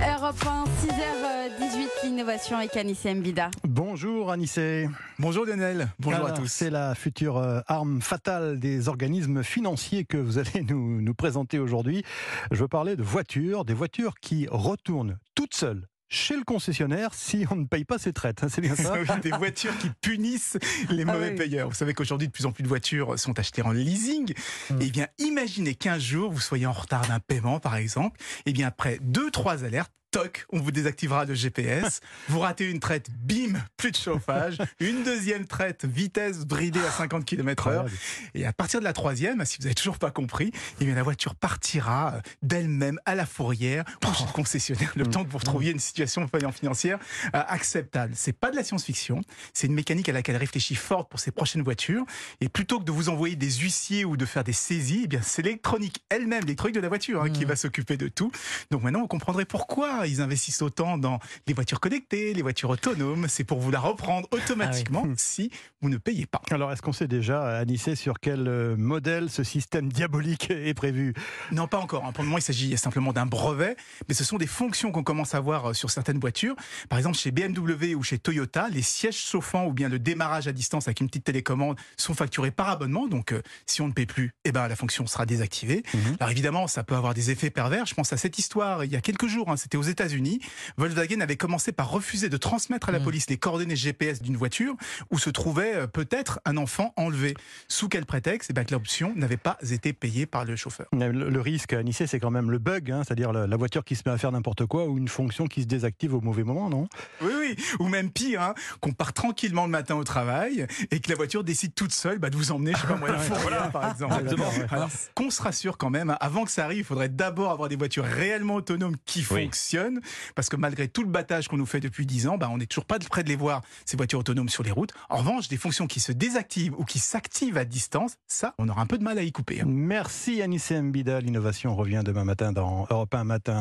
Europe 1, 6h18, l'innovation avec Anissé Mbida. Bonjour Anissé. Bonjour Lionel, bonjour à tous. C'est la future arme fatale des organismes financiers que vous allez nous présenter aujourd'hui. Je veux parler de voitures, des voitures qui retournent toutes seules chez le concessionnaire si on ne paye pas ses traites. C'est bien ça? Des voitures qui punissent les mauvais payeurs. Vous savez qu'aujourd'hui, de plus en plus de voitures sont achetées en leasing. Eh bien, imaginez qu'un jour, vous soyez en retard d'un paiement, par exemple. Eh bien, après 2-3 alertes, toc, on vous désactivera le GPS. Vous ratez une traite, bim, plus de chauffage. Une deuxième traite, vitesse bridée à 50 km/h. Et à partir de la troisième, si vous n'avez toujours pas compris, eh bien la voiture partira d'elle-même à la fourrière ou chez le concessionnaire, le temps que vous retrouviez une situation financière acceptable. C'est pas de la science-fiction, c'est une mécanique à laquelle réfléchit Ford pour ses prochaines voitures. Et plutôt que de vous envoyer des huissiers ou de faire des saisies, eh bien c'est l'électronique elle-même, l'électronique de la voiture qui va s'occuper de tout. Donc maintenant, vous comprendrez pourquoi ils investissent autant dans les voitures connectées, les voitures autonomes. C'est pour vous la reprendre automatiquement si vous ne payez pas. Alors, est-ce qu'on sait déjà, Anissé, sur quel modèle ce système diabolique est prévu? Non, pas encore. Pour le moment, il s'agit simplement d'un brevet, mais ce sont des fonctions qu'on commence à voir sur certaines voitures. Par exemple, chez BMW ou chez Toyota, les sièges chauffants ou bien le démarrage à distance avec une petite télécommande sont facturés par abonnement. Donc, si on ne paie plus, eh ben, la fonction sera désactivée. Alors évidemment, ça peut avoir des effets pervers. Je pense à cette histoire il y a quelques jours. C'était aux États-Unis. Volkswagen avait commencé par refuser de transmettre à la police les coordonnées GPS d'une voiture où se trouvait peut-être un enfant enlevé. Sous quel prétexte? Eh bien, que l'option n'avait pas été payée par le chauffeur. Le risque, Anissé, c'est quand même le bug, c'est-à-dire la voiture qui se met à faire n'importe quoi ou une fonction qui se désactive au mauvais moment, non? Oui, ou même pire, qu'on part tranquillement le matin au travail et que la voiture décide toute seule de vous emmener, je sais pas moi, par exemple. Alors, qu'on se rassure quand même, avant que ça arrive, il faudrait d'abord avoir des voitures réellement autonomes qui fonctionnent, parce que malgré tout le battage qu'on nous fait depuis 10 ans, on n'est toujours pas près de les voir, ces voitures autonomes sur les routes. En revanche, des fonctions qui se désactivent ou qui s'activent à distance, ça, on aura un peu de mal à y couper. Merci Anissé Mbida. L'innovation revient demain matin dans Europe 1 Matin.